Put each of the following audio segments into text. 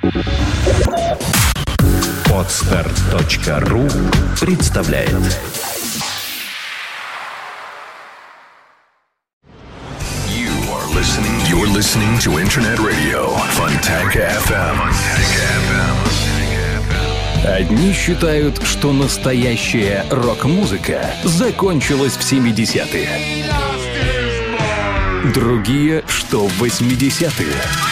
Podster.ru представляет. You're listening to Internet Radio Fontanka FM. Одни считают, что настоящая рок-музыка закончилась в 70-е. Другие, что в 80-е.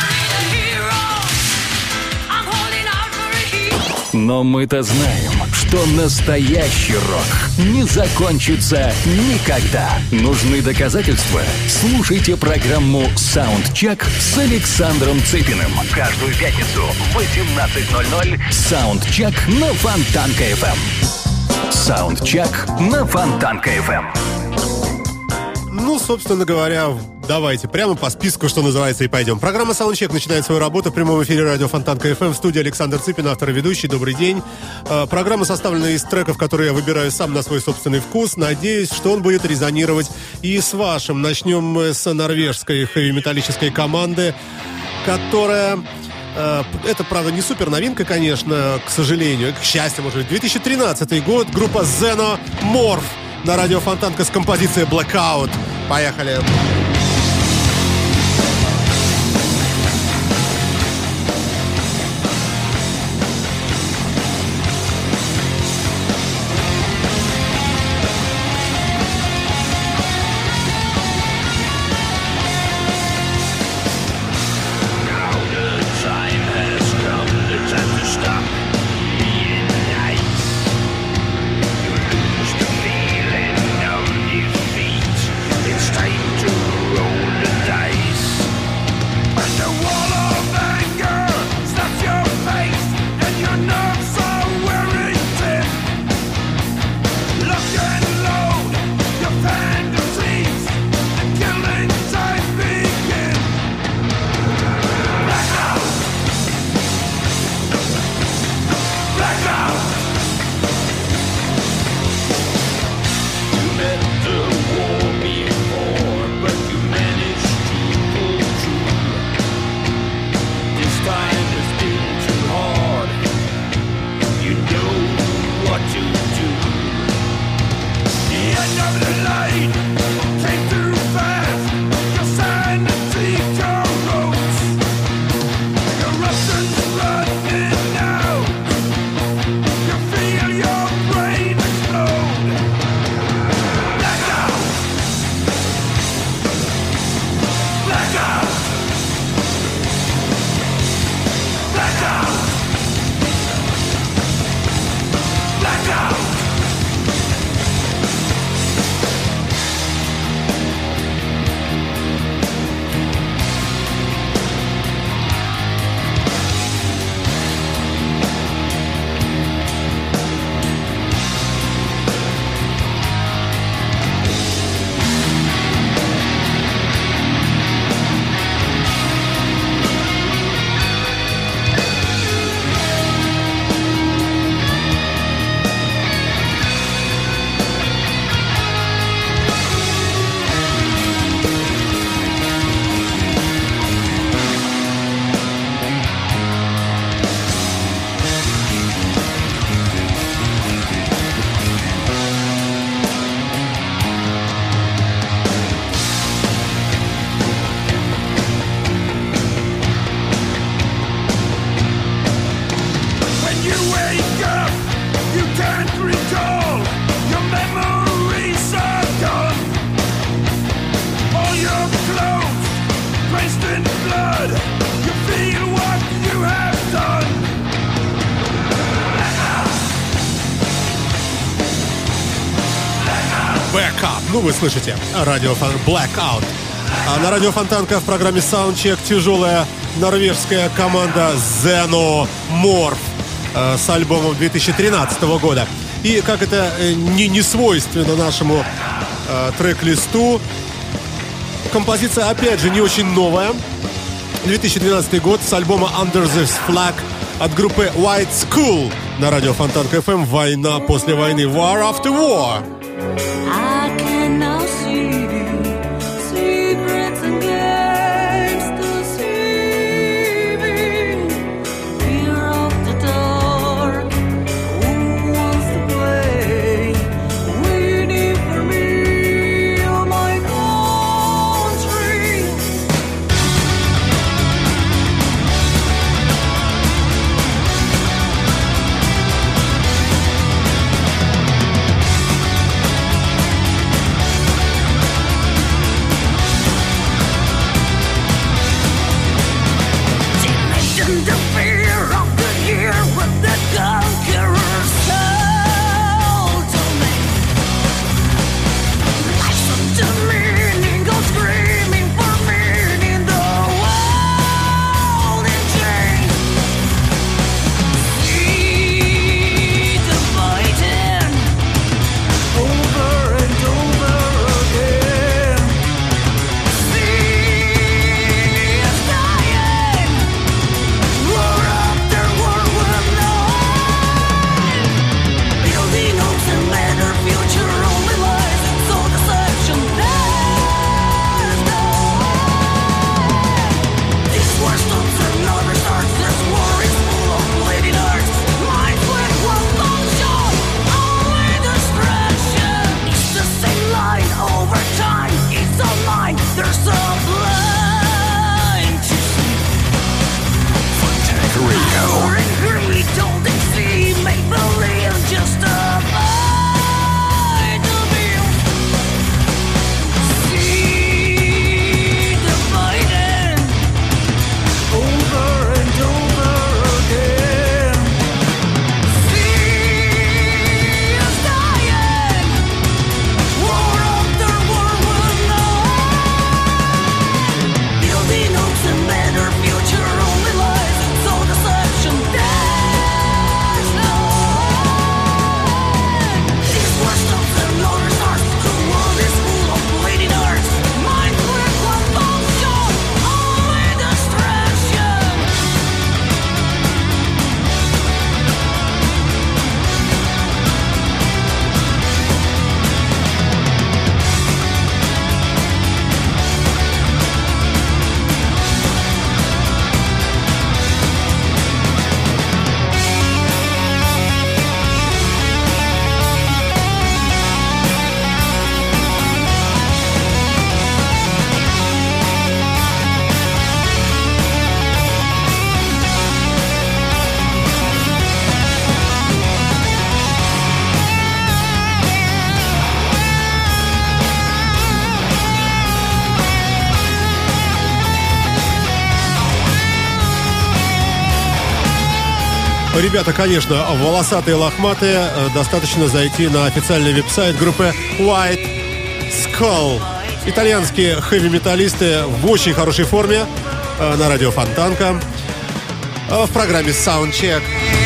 Но мы-то знаем, что настоящий рок не закончится никогда. Нужны доказательства? Слушайте программу «Саундчек» с Александром Цыпиным. Каждую пятницу в 18:00 «Саундчек» на Фонтанка FM. «Саундчек» на Фонтанка FM. Ну, собственно говоря, давайте прямо по списку, что называется, и пойдем. Программа «Саундчек» начинает свою работу в прямом эфире радио Фонтанка FM. В студии Александр Цыпин, автор и ведущий. Добрый день. Программа составлена из треков, которые я выбираю сам на свой собственный вкус. Надеюсь, что он будет резонировать и с вашим. Начнем мы с норвежской хэви-металлической команды, которая... Это, правда, не супер новинка, конечно, к сожалению. К счастью, может быть. 2013 год. Группа Xenomorph на радио Фонтанка с композицией Blackout. Поехали. Ну, вы слышите радио Blackout. А на радио Фонтанка в программе Soundcheck тяжелая норвежская команда Xenomorph с альбомом 2013 года. И как это не свойственно нашему трек-листу, композиция, опять же, не очень новая. 2012 год с альбома Under This Flag от группы White School на радио Фонтанка FM. Война после войны. War after war. Ребята, конечно, волосатые, лохматые. Достаточно зайти на официальный веб-сайт группы White Skull. Итальянские хэви-металлисты в очень хорошей форме на радио Фонтанка в программе Soundcheck.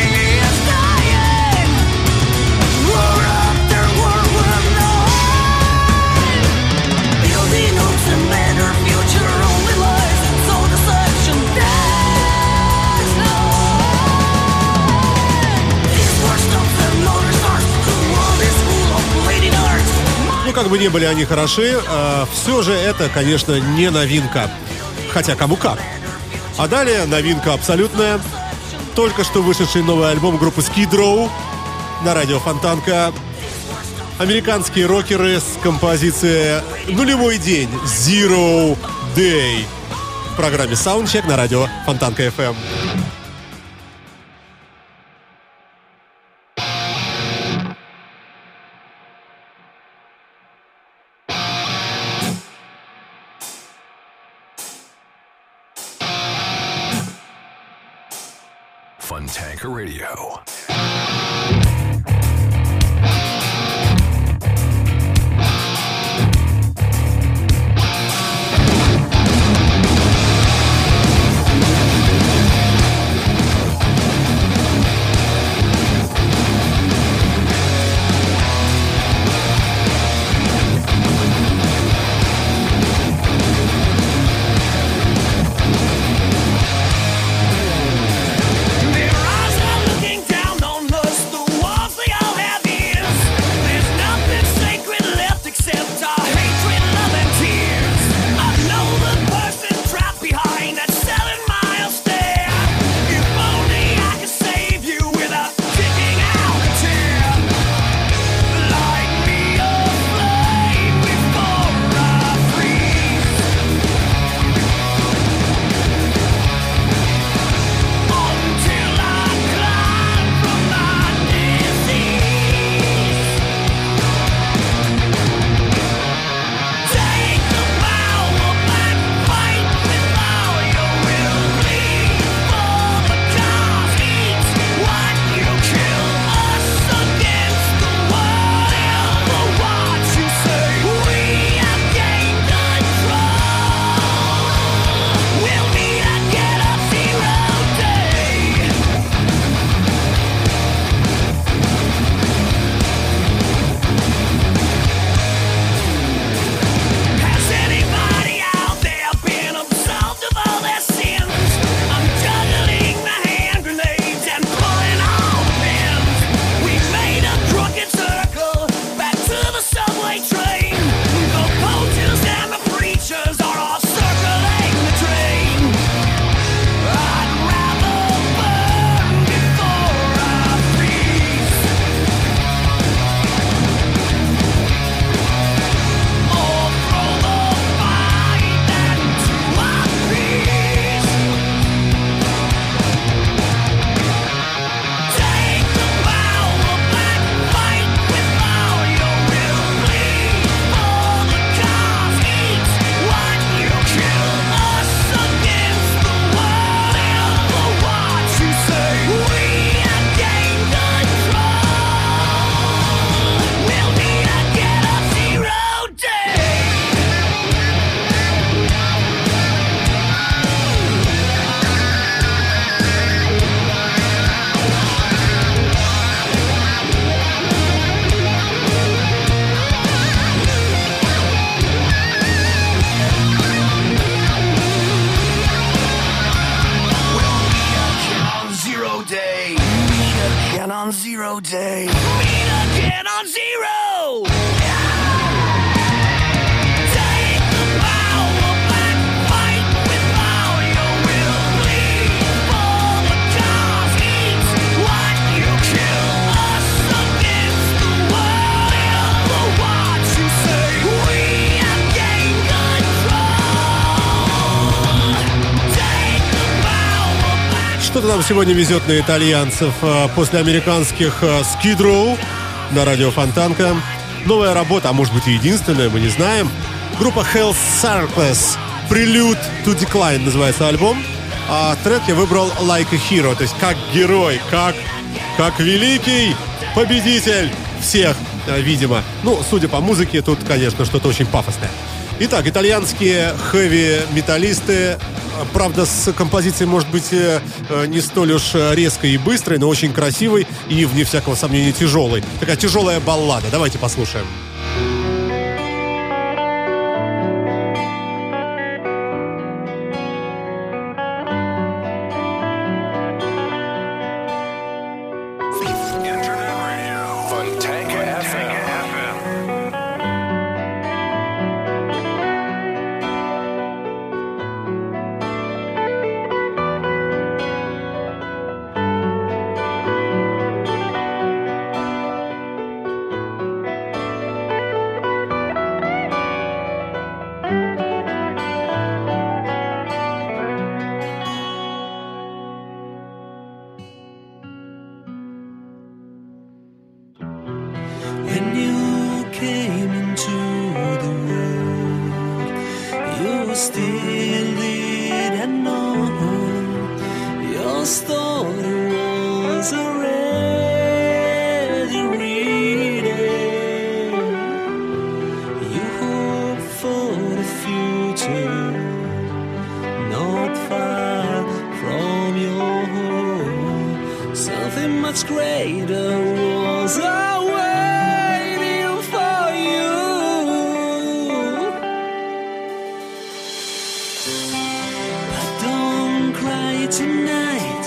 Ну, как бы ни были они хороши, все же это, конечно, не новинка. Хотя кому как. А далее новинка абсолютная. Только что вышедший новый альбом группы Skid Row на радио Фонтанка. Американские рокеры с композицией «Нулевой день» Zero Day в программе Soundcheck на радио Фонтанка FM. Fontanka Radio. Day. Meet again on Zero. Take the power back, fight with all your will. Bleed for the cause. Eat what you kill. Us against the world. Ever what you say. We have gained control. Take the power back. Что-то нам сегодня везет на итальянцев. После американских Skid Row на радио Фонтанка. Новая работа, а может быть и единственная, мы не знаем. Группа Hell Circus. Prelude to Decline называется альбом. А трек я выбрал Like a Hero, то есть как герой, как великий победитель всех, видимо. Ну, судя по музыке, тут, конечно, что-то очень пафосное. Итак, итальянские хэви-металлисты. Правда, с композицией может быть не столь уж резкой и быстрой, но очень красивой и, вне всякого сомнения, тяжелой. Такая тяжелая баллада. Давайте послушаем. When you came into the world, you still didn't know your story was already written. You hope for the future, not far from your home. Something much greater was awaiting for you. But don't cry tonight,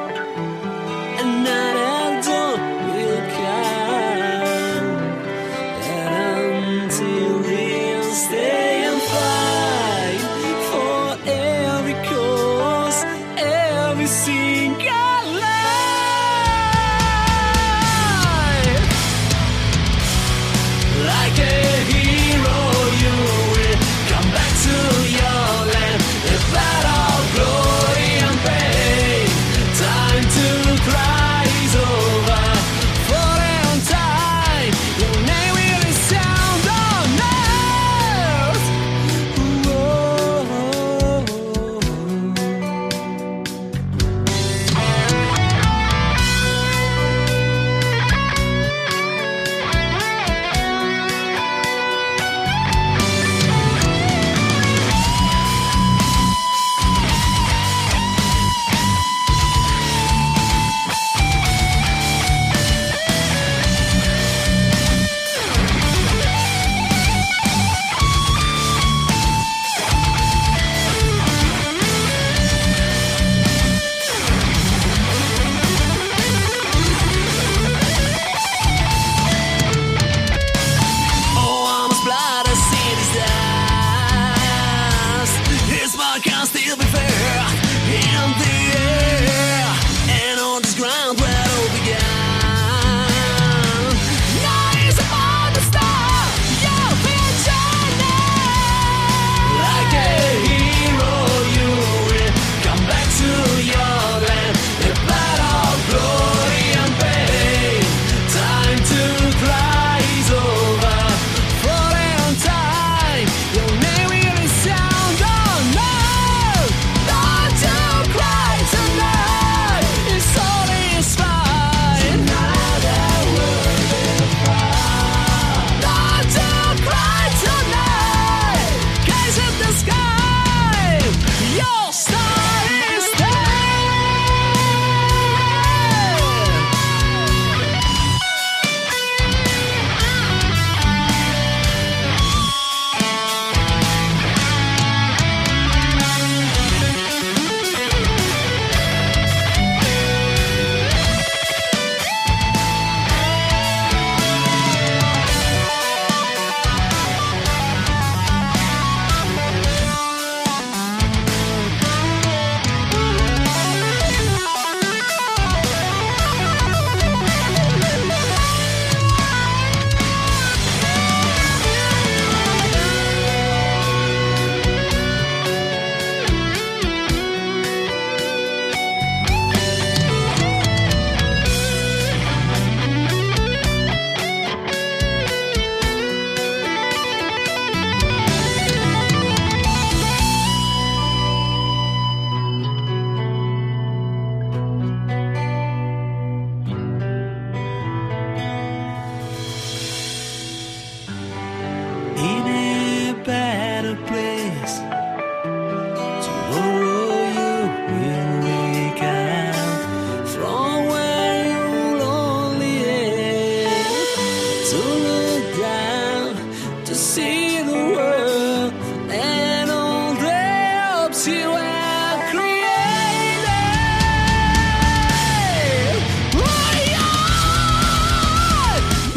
another dawn will come. And until then, stay and fight for every cause, every single life.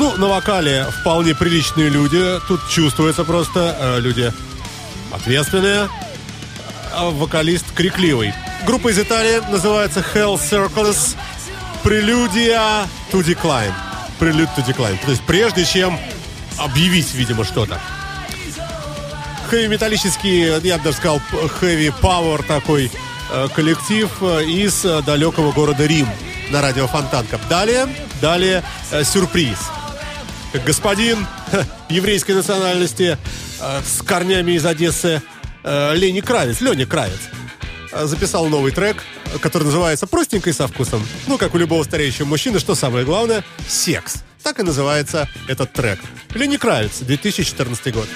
Ну, на вокале вполне приличные люди. Тут чувствуется просто люди ответственные. А вокалист крикливый. Группа из Италии называется Hell Circles. Preludia to Decline. Prelude to Decline. То есть прежде чем объявить, видимо, что-то. Хэви-металлический, я бы даже сказал, хэви-пауэр такой коллектив из далекого города Рим на радио Фонтанка. Далее сюрприз. Господин еврейской национальности с корнями из Одессы Леня Кравец записал новый трек, который называется простенько и со вкусом. Ну, как у любого стареющего мужчины, что самое главное — секс. Так и называется этот трек. Леня Кравец, 2014 год.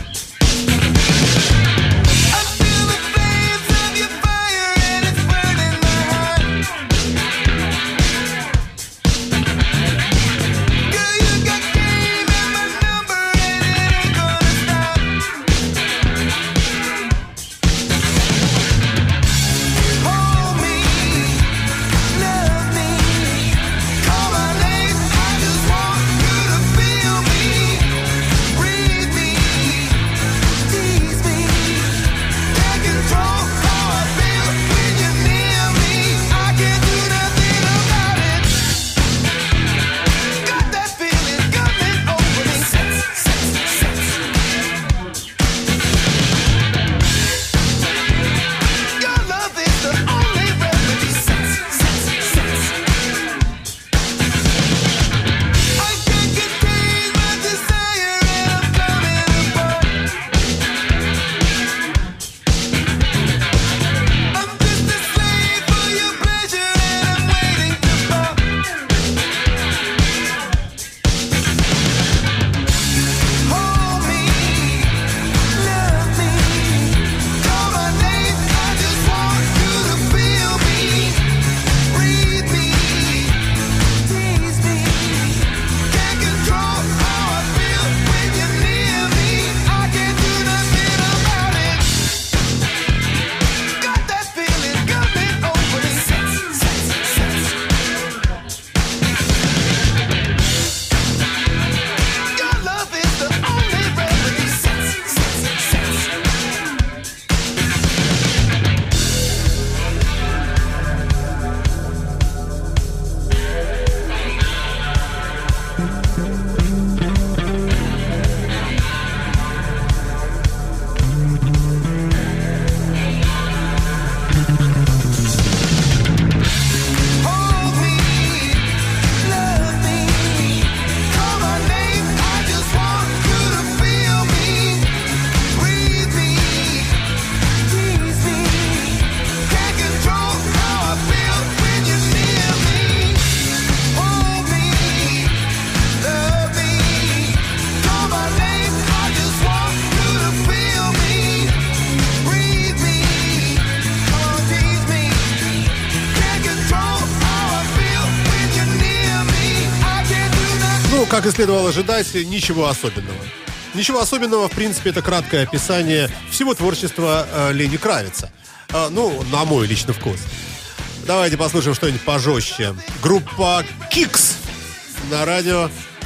Как и следовало ожидать, ничего особенного. Ничего особенного, в принципе, это краткое описание всего творчества Лени Кравица. Ну, на мой личный вкус. Давайте послушаем что-нибудь пожестче. Группа Kix на радио,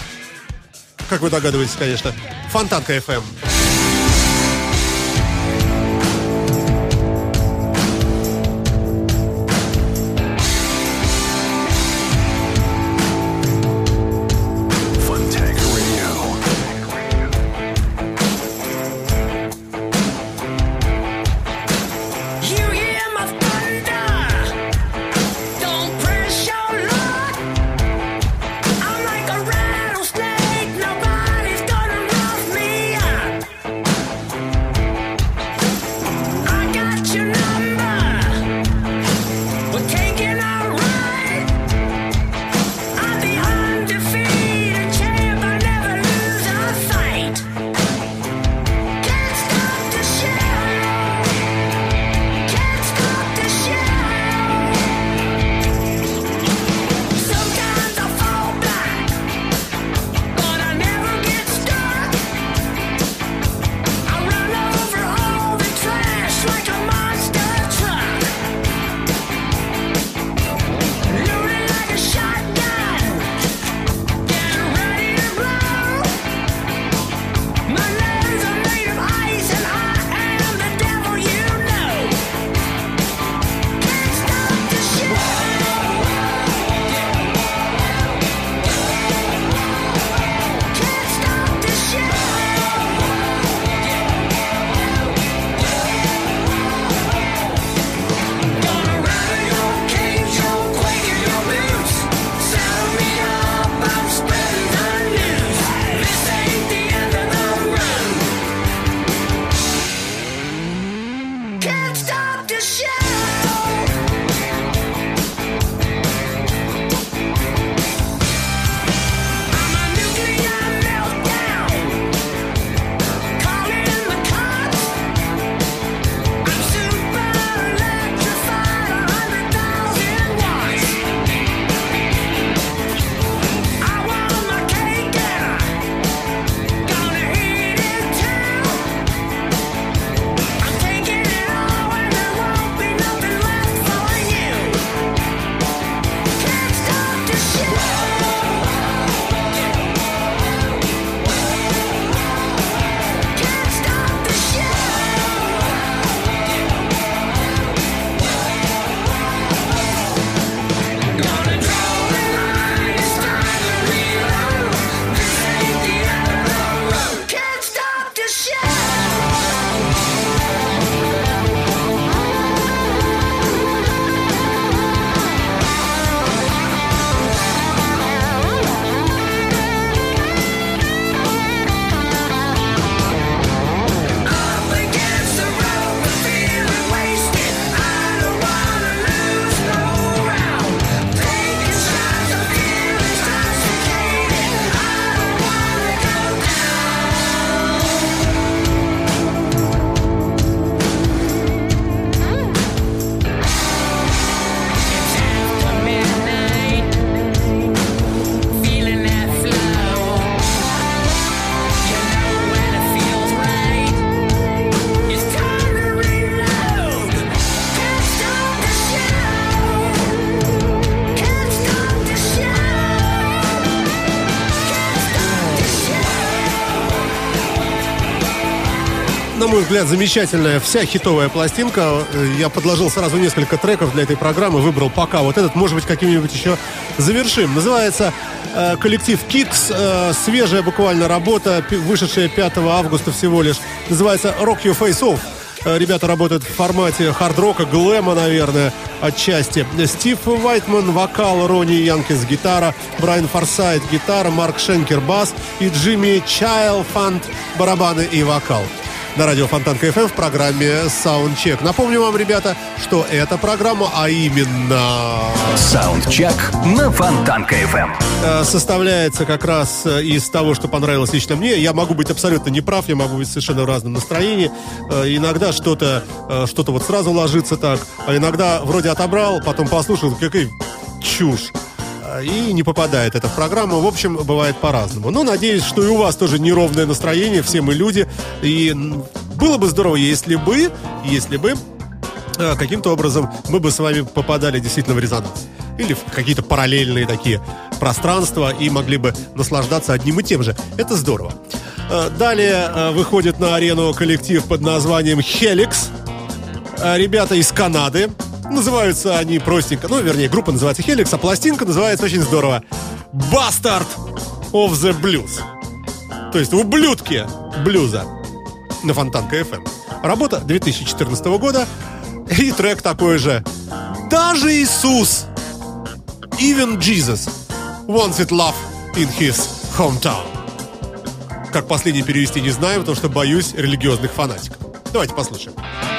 как вы догадываетесь, конечно, Фонтанка FM. I'm like a rattlesnake, nobody's gonna rough me up. на мой взгляд, замечательная вся хитовая пластинка. Я подложил сразу несколько треков для этой программы, выбрал пока вот этот, может быть, каким-нибудь еще завершим. Называется коллектив Kicks, свежая буквально работа, вышедшая 5 августа всего лишь. Называется Rock Your Face Off. Ребята работают в формате хард-рока, глэма, наверное, отчасти. Стив Уайтман, вокал, Ронни Янкис, гитара, Брайан Форсайт, гитара, Марк Шенкер, бас и Джимми Чайлфанд, барабаны и вокал. На радио Фонтанка FM в программе Soundcheck. Напомню вам, ребята, что эта программа, а именно Саундчек на Фонтанка FM. Составляется как раз из того, что понравилось лично мне. Я могу быть абсолютно неправ, я могу быть совершенно в разном настроении. Иногда что-то вот сразу ложится так, а иногда вроде отобрал, потом послушал, какая чушь. И не попадает это в программу. В общем, бывает по-разному. Но надеюсь, что и у вас тоже неровное настроение. Все мы люди. И было бы здорово, если бы каким-то образом мы бы с вами попадали действительно в резонанс. Или в какие-то параллельные такие пространства и могли бы наслаждаться одним и тем же. Это здорово. Далее выходит на арену коллектив под названием Helix. Ребята из Канады. Называются они простенько, группа называется Helix, а пластинка называется очень здорово Bastard of the Blues. То есть ублюдки блюза на Фонтанка FM. Работа 2014 года. И трек такой же. Даже Иисус, even Jesus, wanted love in his hometown. Как последний перевести не знаю, потому что боюсь религиозных фанатиков. Давайте послушаем.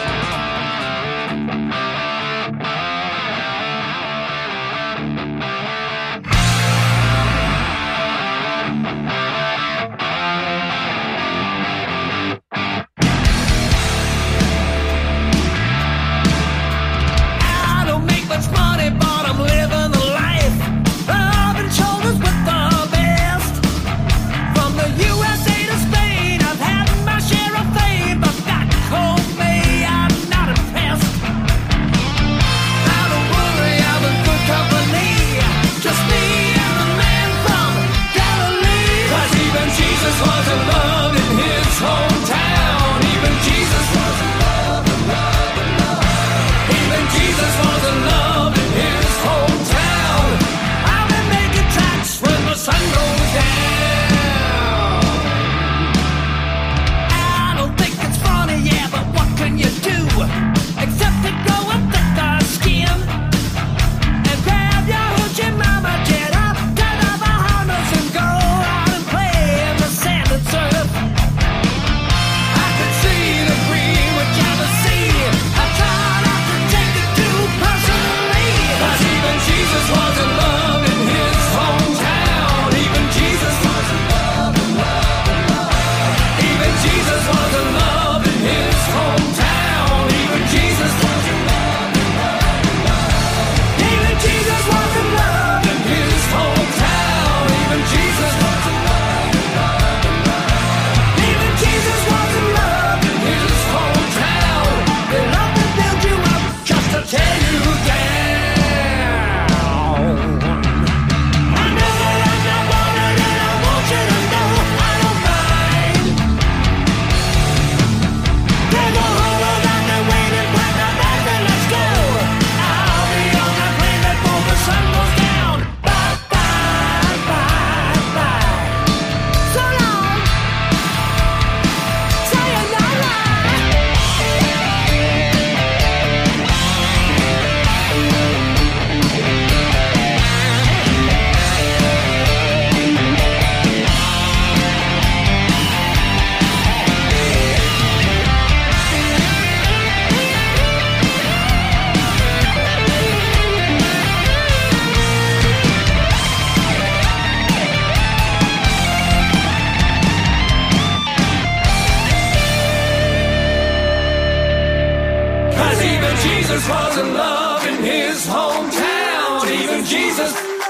Jesus was in love in his hometown. Even Jesus.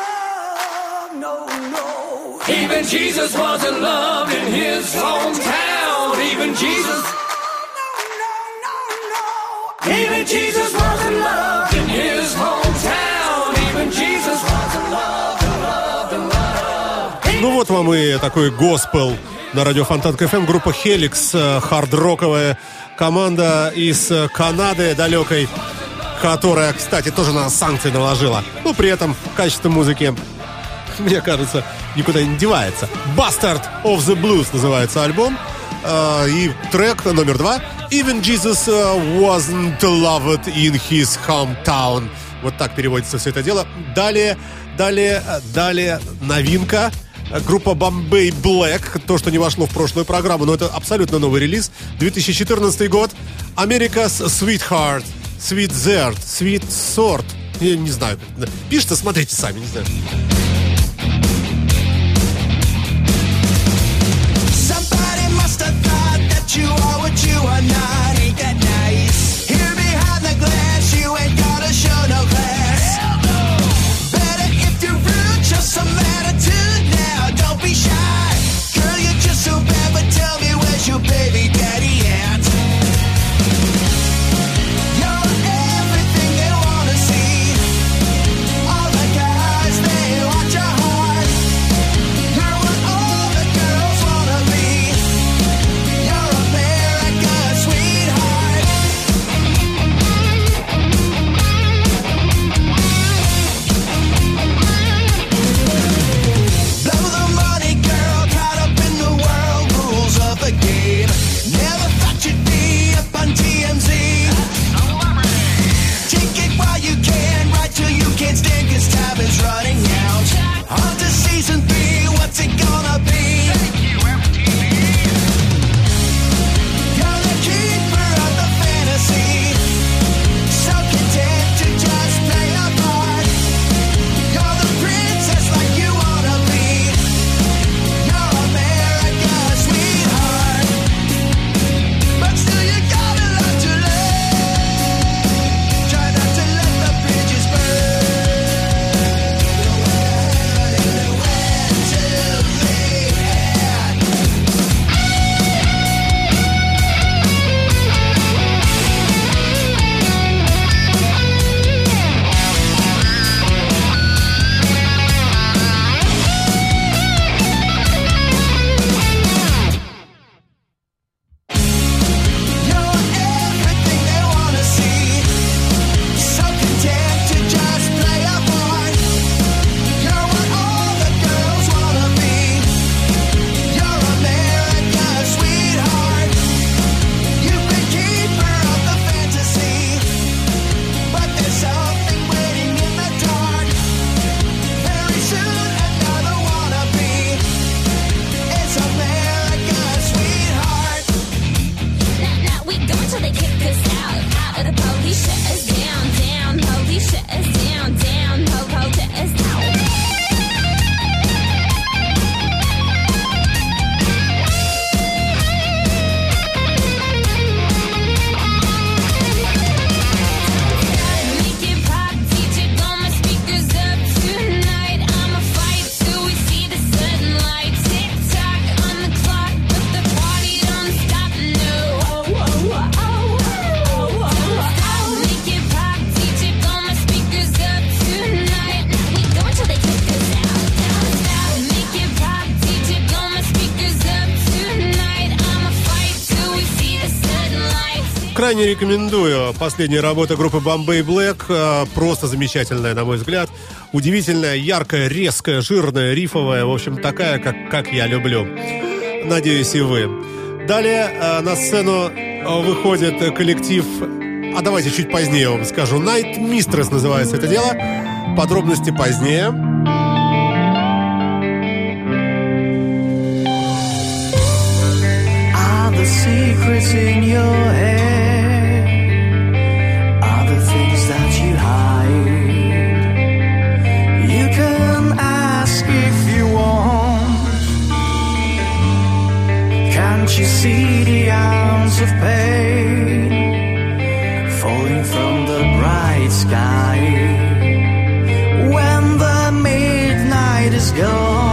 Even Jesus was in love in his hometown. Even Jesus. Even Jesus was in love in his hometown. Even Jesus was in love, in love, in love. Ну вот вам и такой госпел на радио Фонтанка ФМ. Группа Helix, хард-роковая команда из Канады далекой, которая, кстати, тоже на санкции наложила. Но при этом качество музыки, мне кажется, никуда не девается. Bastard of the Blues называется альбом. И трек номер 2 Even Jesus wasn't loved in his hometown. Вот так переводится все это дело. Далее новинка. Группа Bombay Black. То, что не вошло в прошлую программу, но это абсолютно новый релиз. 2014 год. America's Sweetheart. Sweet Zert. Sweet Sort. Я не знаю. Пишите, смотрите сами, не знаю. You are what you are not, ain't that nice? Here behind the glass, you ain't gotta show no class. Hell no. Better if you're rude, show some attitude now, don't be shy. Girl, you're just so bad, but tell me where's your baby daddy at? You're everything they wanna see. All the guys, they want your heart. You're what all the girls wanna be. Крайне рекомендую. Последняя работа группы Bombay Black. Просто замечательная, на мой взгляд. Удивительная, яркая, резкая, жирная, рифовая. В общем, такая, как я люблю. Надеюсь, и вы. Далее на сцену выходит коллектив... А давайте чуть позднее я вам скажу. Night Mistress называется это дело. Подробности позднее. Are the secrets in your head? Are the things that you hide? You can ask if you want. Can't you see the ounce of pain falling from the bright sky when the midnight is gone?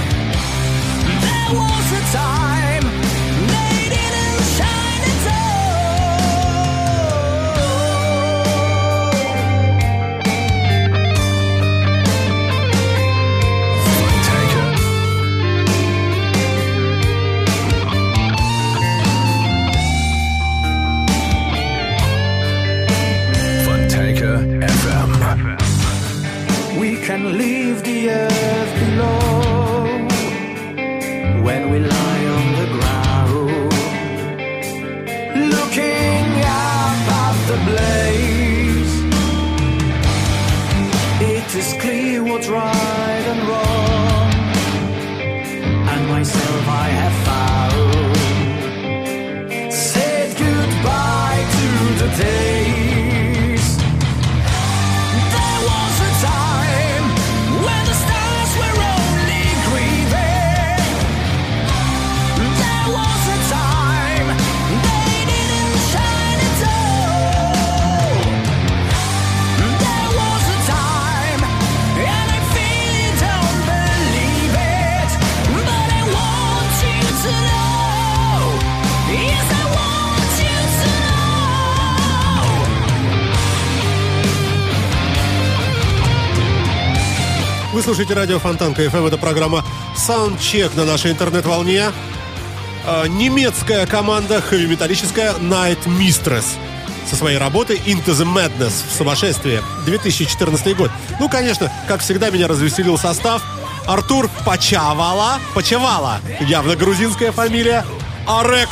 Time they didn't shine at all. we lie on the ground, looking up at the blaze. It is clear what's right and wrong, and myself I have found. Said goodbye to the days. There was a time when the stars were only grieving. There was a time they didn't shine at all. There was a time, and I feel don't believe it, but I want you to know. Yes, I want you to know. Вы слушаете радио Фонтанка FM. Это программа Soundcheck на нашей интернет-волне. Немецкая команда хэви-металлическая Night Mistress со своей работой Into the Madness, в сумасшествие, 2014 год. Ну, конечно, как всегда, меня развеселил состав. Артур Почавала, явно грузинская фамилия. Арек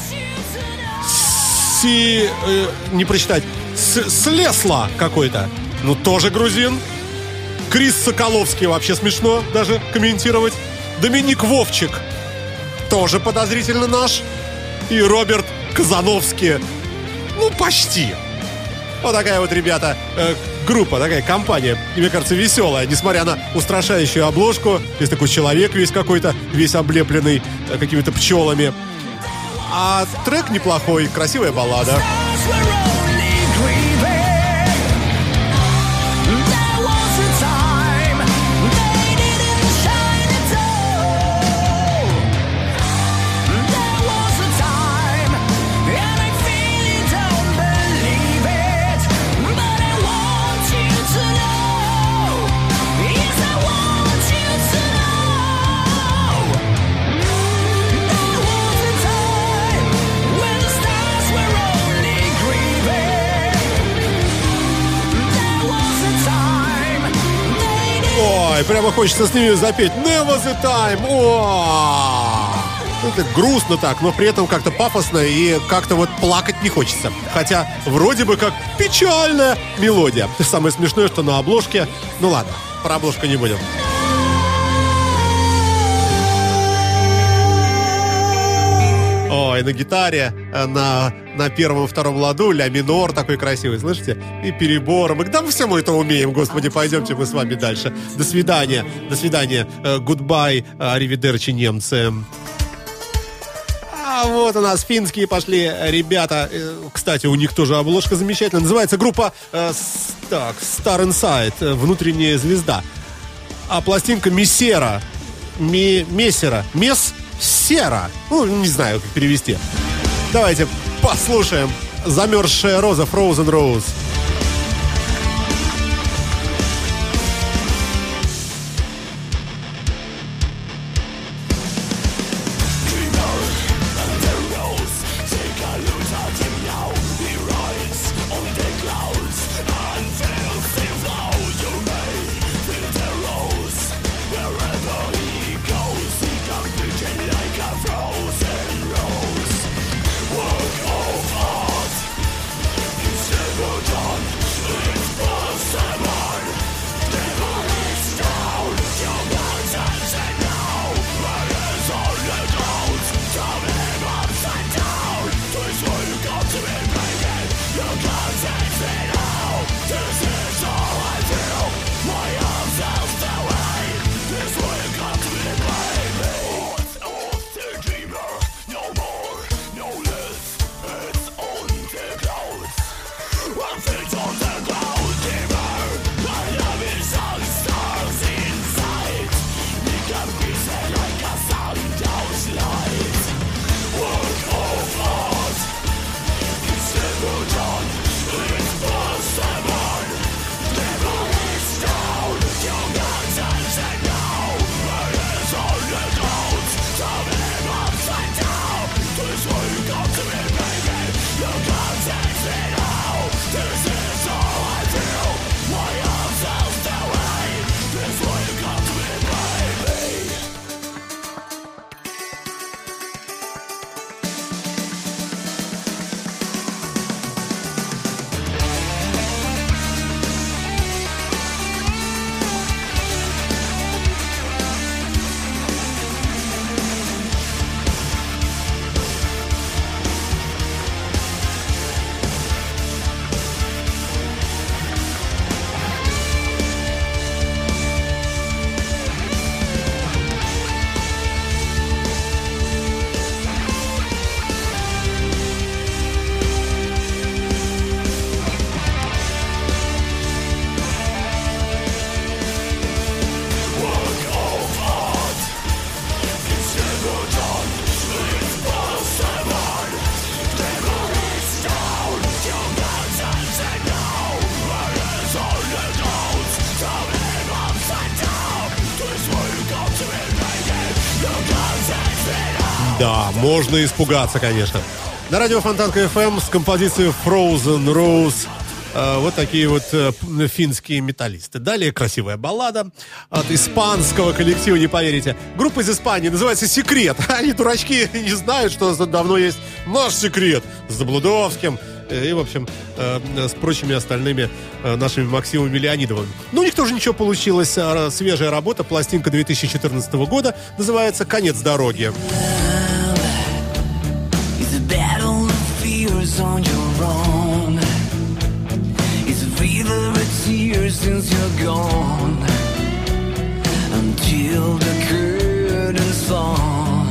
не прочитать, Слесла какой-то, ну, тоже грузин. Крис Соколовский, вообще смешно даже комментировать. Доминик Вовчик, тоже подозрительно наш. И Роберт Казановский, ну, почти. Вот такая вот, ребята, группа, такая компания, мне кажется, веселая, несмотря на устрашающую обложку. Есть такой человек весь какой-то, весь облепленный какими-то пчелами. А трек неплохой, красивая баллада. Stars were only grieving. There was a time they didn't shine at all. There was a time, and I feel don't believe it, but I want you to know. Yes, I want you to know. There was a time when the stars were only grieving. There was a time they didn't. Ой, прямо хочется с ними запеть Never the time. О! Это грустно так, но при этом как-то пафосно и как-то вот плакать не хочется. Хотя вроде бы как печальная мелодия. Самое смешное, что на обложке... Ну ладно, про обложку не будем. Ой, на гитаре, на первом-втором ладу ля минор такой красивый, слышите? И перебор. Мы да, все мы это умеем, господи, пойдемте мы с вами дальше. До свидания, goodbye, аривидерчи, немцы. А вот у нас финские пошли ребята. Кстати, у них тоже обложка замечательная. Называется группа Star Inside, внутренняя звезда. А пластинка Мессера. Мессера. Сера. Ну, не знаю, как перевести. Давайте послушаем «Замерзшая роза», Frozen Rose. Never die. Да, можно испугаться, конечно. На радио Фонтанка FM с композицией Frozen Rose. Вот такие вот финские металлисты. Далее красивая баллада от испанского коллектива, не поверите. Группа из Испании, называется «Секрет». Они, дурачки, не знают, что давно есть наш «Секрет» с Заблудовским и, в общем, с прочими остальными нашими Максимами Леонидовыми. Ну, у них тоже ничего получилось. Свежая работа, пластинка 2014 года, называется «Конец дороги». Since you're gone, until the curtains fall,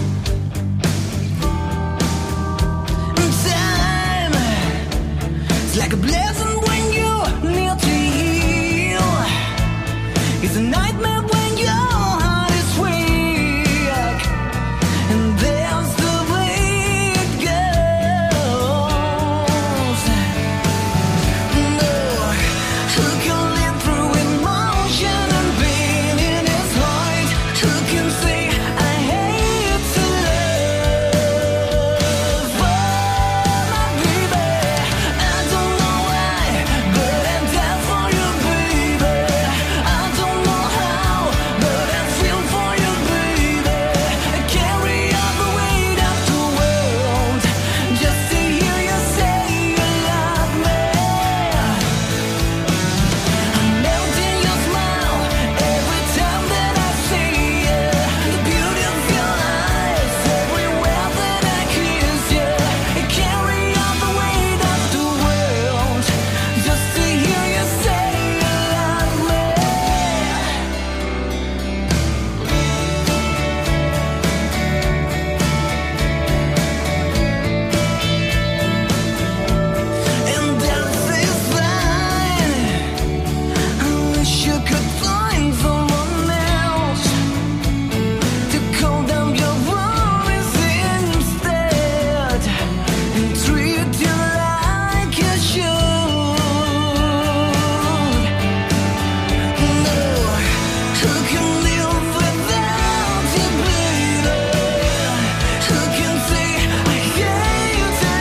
time is like a blessing when you're near to heal. It's a nightmare when your heart is weak, and there's the way it goes. No, who can live through emotion and pain in his heart? Who can say I hate to love? Oh, my baby, I don't know why, but I die for you, baby. I don't know how, but I feel for you, baby. I carry all the weight of the world just to hear you say you love me. I'm melting your smile every time that I see you. The beauty of your eyes everywhere that I kiss you. I carry all the weight of the world just to hear you say you love me. And death is fine. I wish you could find someone else to calm down your worries instead and treat you like you should. No, who can live without you, baby? Who can say I hate to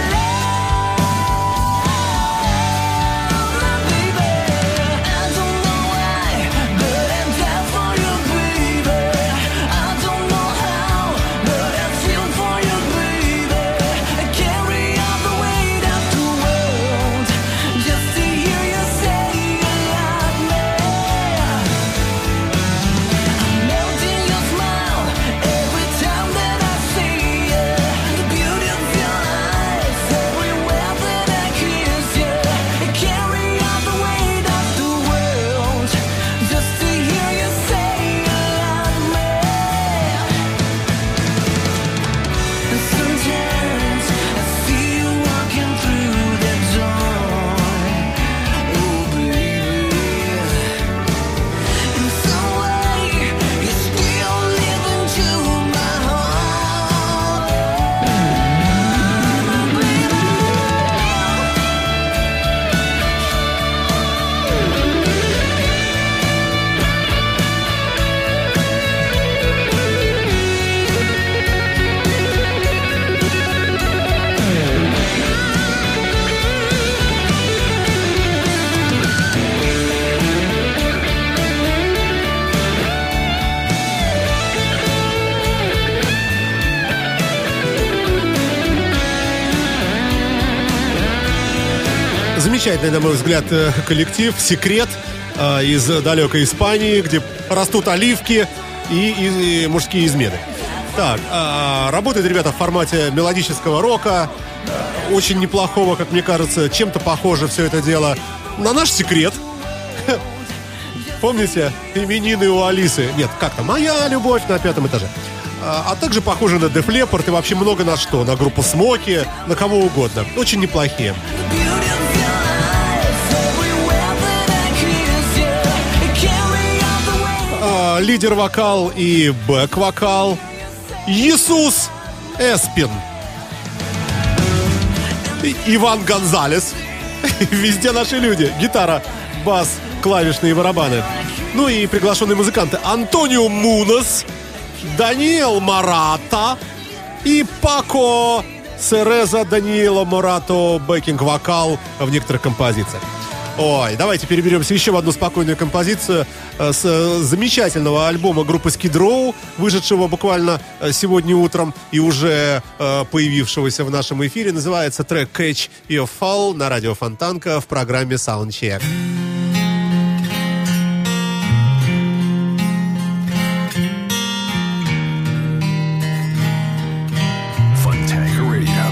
love, my baby? I don't know why, but I die for you, baby. I don't know how, but I feel for you, baby. I carry all the weight of the world just to hear you say you love me. I'm melting your smile every time that I see you. The beauty of your eyes everywhere that I kiss you. I carry all the weight of the world just to hear you say you love me. And sometimes I see you walking through the door, oh baby. In some way, you still live into my heart, baby. Замечательный, на мой взгляд, коллектив «Секрет» из далекой Испании, где растут оливки и мужские измены. Так, работают ребята в формате мелодического рока, очень неплохого, как мне кажется, чем-то похоже все это дело на наш «Секрет». Помните, именины у Алисы? Нет, как-то «Моя любовь» на 5 этаже. А также похоже на Def Leppard и вообще много на что. На группу Смоки, на кого угодно. Очень неплохие. Лидер-вокал и бэк-вокал Иисус Эспин. Иван Гонзалес. Везде наши люди. Гитара, бас, клавишные барабаны. Ну и приглашенные музыканты Антонио Мунос Даниэл Марата и Пако Сереза Даниэло Марато бэкинг-вокал в некоторых композициях. Ой, давайте переберемся еще в одну спокойную композицию с замечательного альбома группы Skid Row, вышедшего буквально сегодня утром и уже появившегося в нашем эфире. Называется трек Catch Your Fall на радио Фонтанка в программе Soundcheck. Fontanka Radio.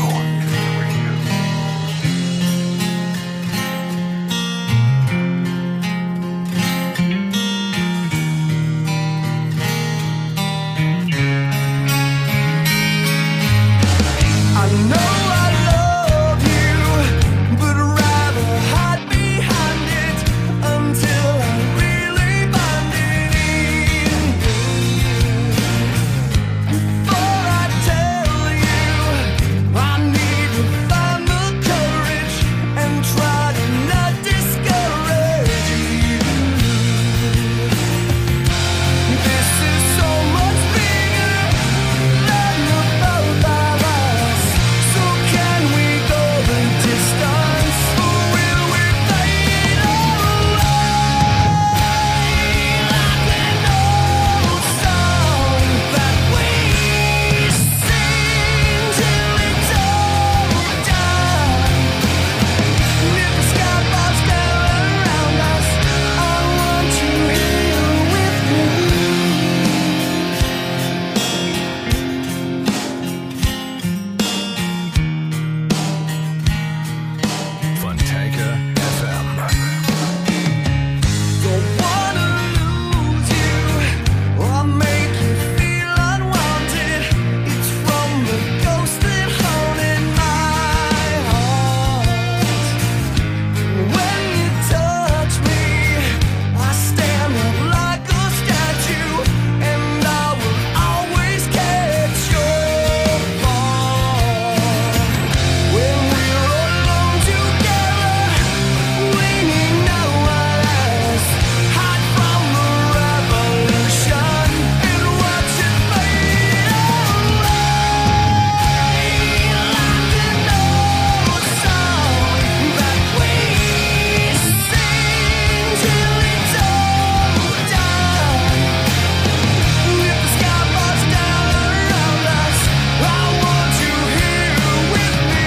I know I love you, but I'd rather hide behind it until I really find it in you. Before I tell you, I need to find the courage and try to not discourage you. This is so much bigger than the both of us. So can we go the distance, or will we fade away like an old song that we sing till it's all done? If the sky falls down around us, I want you here with me. Fontanka FM. Don't wanna lose you or make you feel unwanted. It's from the ghost that haunted my heart. When you touch me, I stand up like a statue, and I will always catch your fall. When we're alone together, we need no one else. Hide from the revolution and watch it fade away like an old song that we sing till it's all done. If the sky falls down around us, I want you here with me.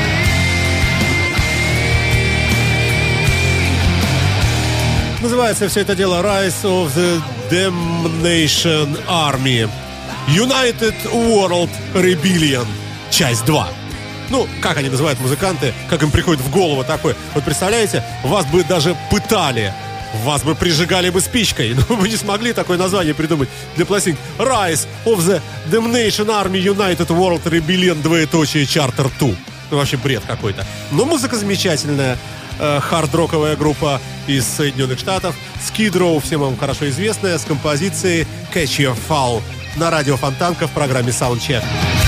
Называется все это дело Rise of the Damnation Army. United World Rebellion. Часть 2. Ну, как они называют музыканты, как им приходит в голову такое. Вот представляете, вас бы даже пытали, вас бы прижигали бы спичкой, но вы не смогли такое название придумать для пластинки. Rise of the Damnation Army United World Rebellion двоеточие Charter 2. Ну, вообще бред какой-то. Но музыка замечательная. Хард-роковая группа из Соединенных Штатов. Skid Row, всем вам хорошо известная, с композицией Catch Your Fall на радио Фонтанка в программе Soundcheck. I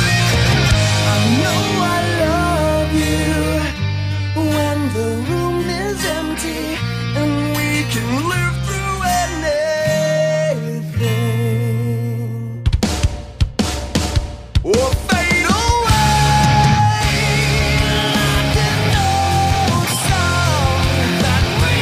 know I love you when the room is empty and we can live through anything. Or fade away like an old song that we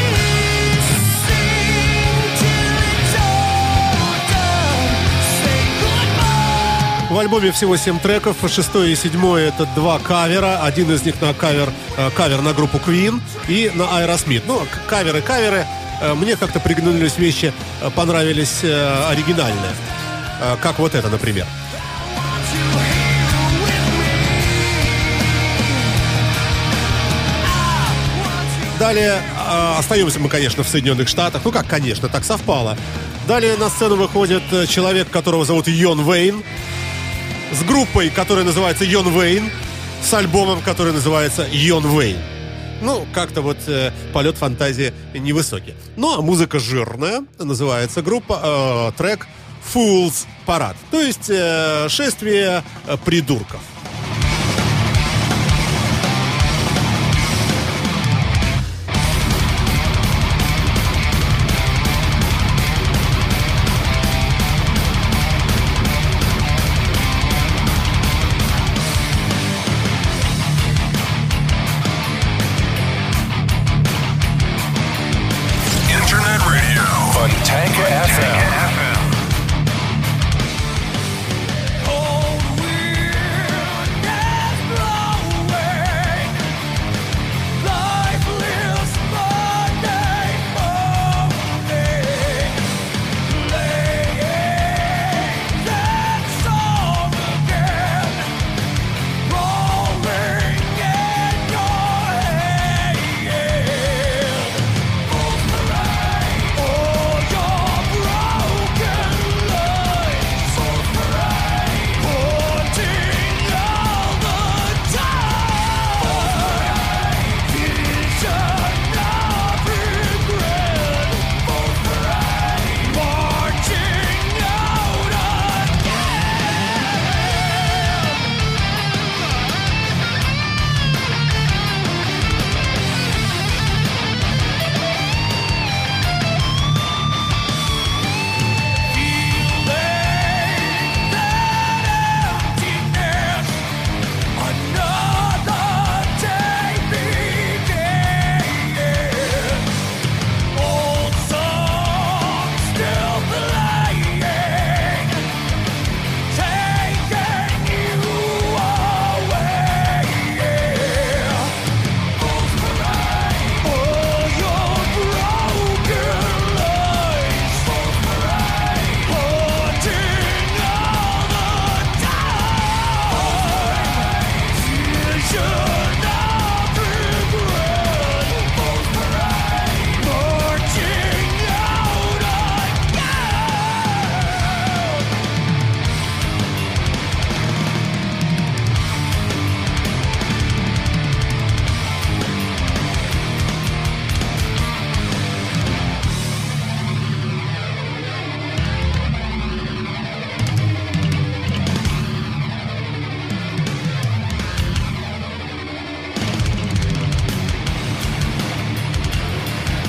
sing till it's all done. Say goodbye. В альбоме всего 7 треков, 6 и 7 это 2 кавера, один из них на кавер на группу Queen и на Aerosmith. Ну, каверы. Мне как-то приглянулись вещи, понравились оригинальные. Как вот это, например. Далее остаемся мы, конечно, в Соединенных Штатах. Ну как, конечно, так совпало. Далее на сцену выходит человек, которого зовут Йон Вейн, с группой, которая называется Йон Вейн, с альбомом, который называется Йон Вейн. Ну, как-то вот полет фантазии невысокий. Ну, а музыка жирная. Называется группа, трек Fool's Parade. То есть шествие придурков.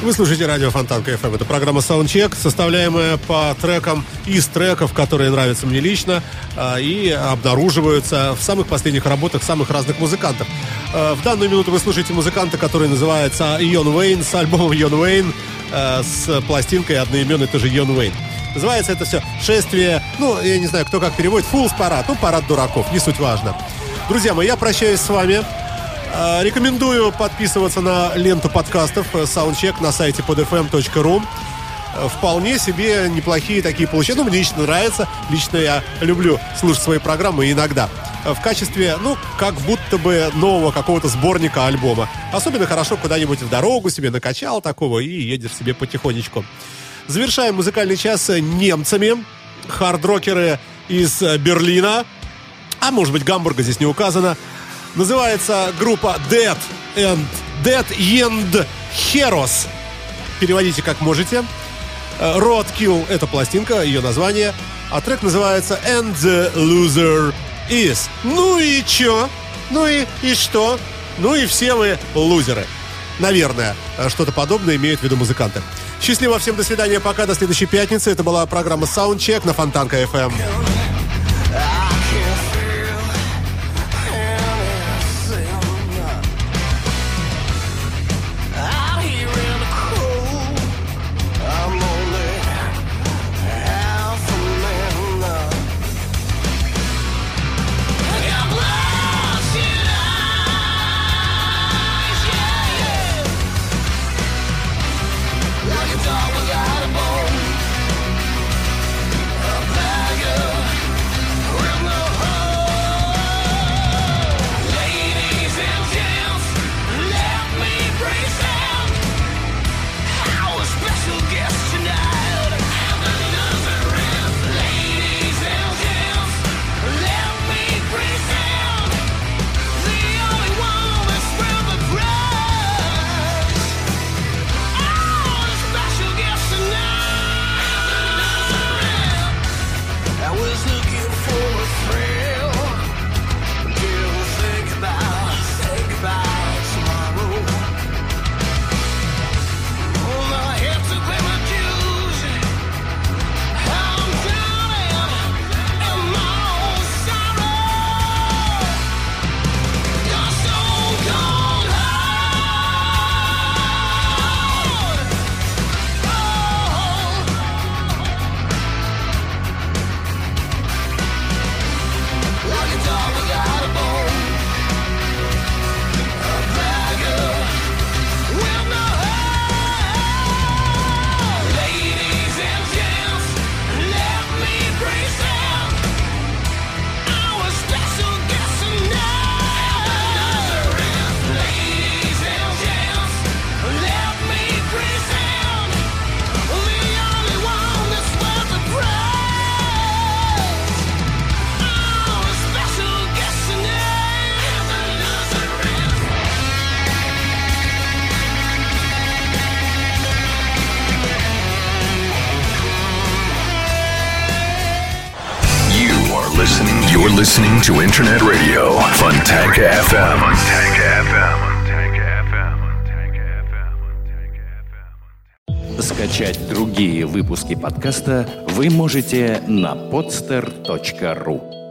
Вы слушаете радио Фонтанка FM. Это программа Soundcheck, составляемая по трекам из треков, которые нравятся мне лично и обнаруживаются в самых последних работах самых разных музыкантов. В данную минуту вы слушаете музыканта, который называется Йон Уэйн, с альбомом Йон Уэйн, с пластинкой одноименной тоже Йон Уэйн. Называется это все «Шествие», я не знаю, кто как переводит, «Фулс парад», парад дураков, не суть важно. Друзья мои, я прощаюсь с вами. Рекомендую подписываться на ленту подкастов Soundcheck на сайте podfm.ru. Вполне себе неплохие такие получения. Мне лично нравится. Лично я люблю слушать свои программы иногда. В качестве, как будто бы нового какого-то сборника альбома. Особенно хорошо куда-нибудь в дорогу себе накачал такого и едешь себе потихонечку. Завершаем музыкальный час немцами. Хард-рокеры из Берлина. А может быть Гамбурга, здесь не указано. Называется группа Dead End Heroes. Переводите как можете. Roadkill — это пластинка, ее название. А трек называется And the Loser Is. Ну и чё? Ну и что? Ну и все вы лузеры. Наверное, что-то подобное имеют в виду музыканты. Счастливо всем, до свидания, пока, до следующей пятницы. Это была программа Soundcheck на Фонтанка FM. You're listening to Internet Radio, Fontanka FM. Скачать другие выпуски подкаста вы можете на podster.ru.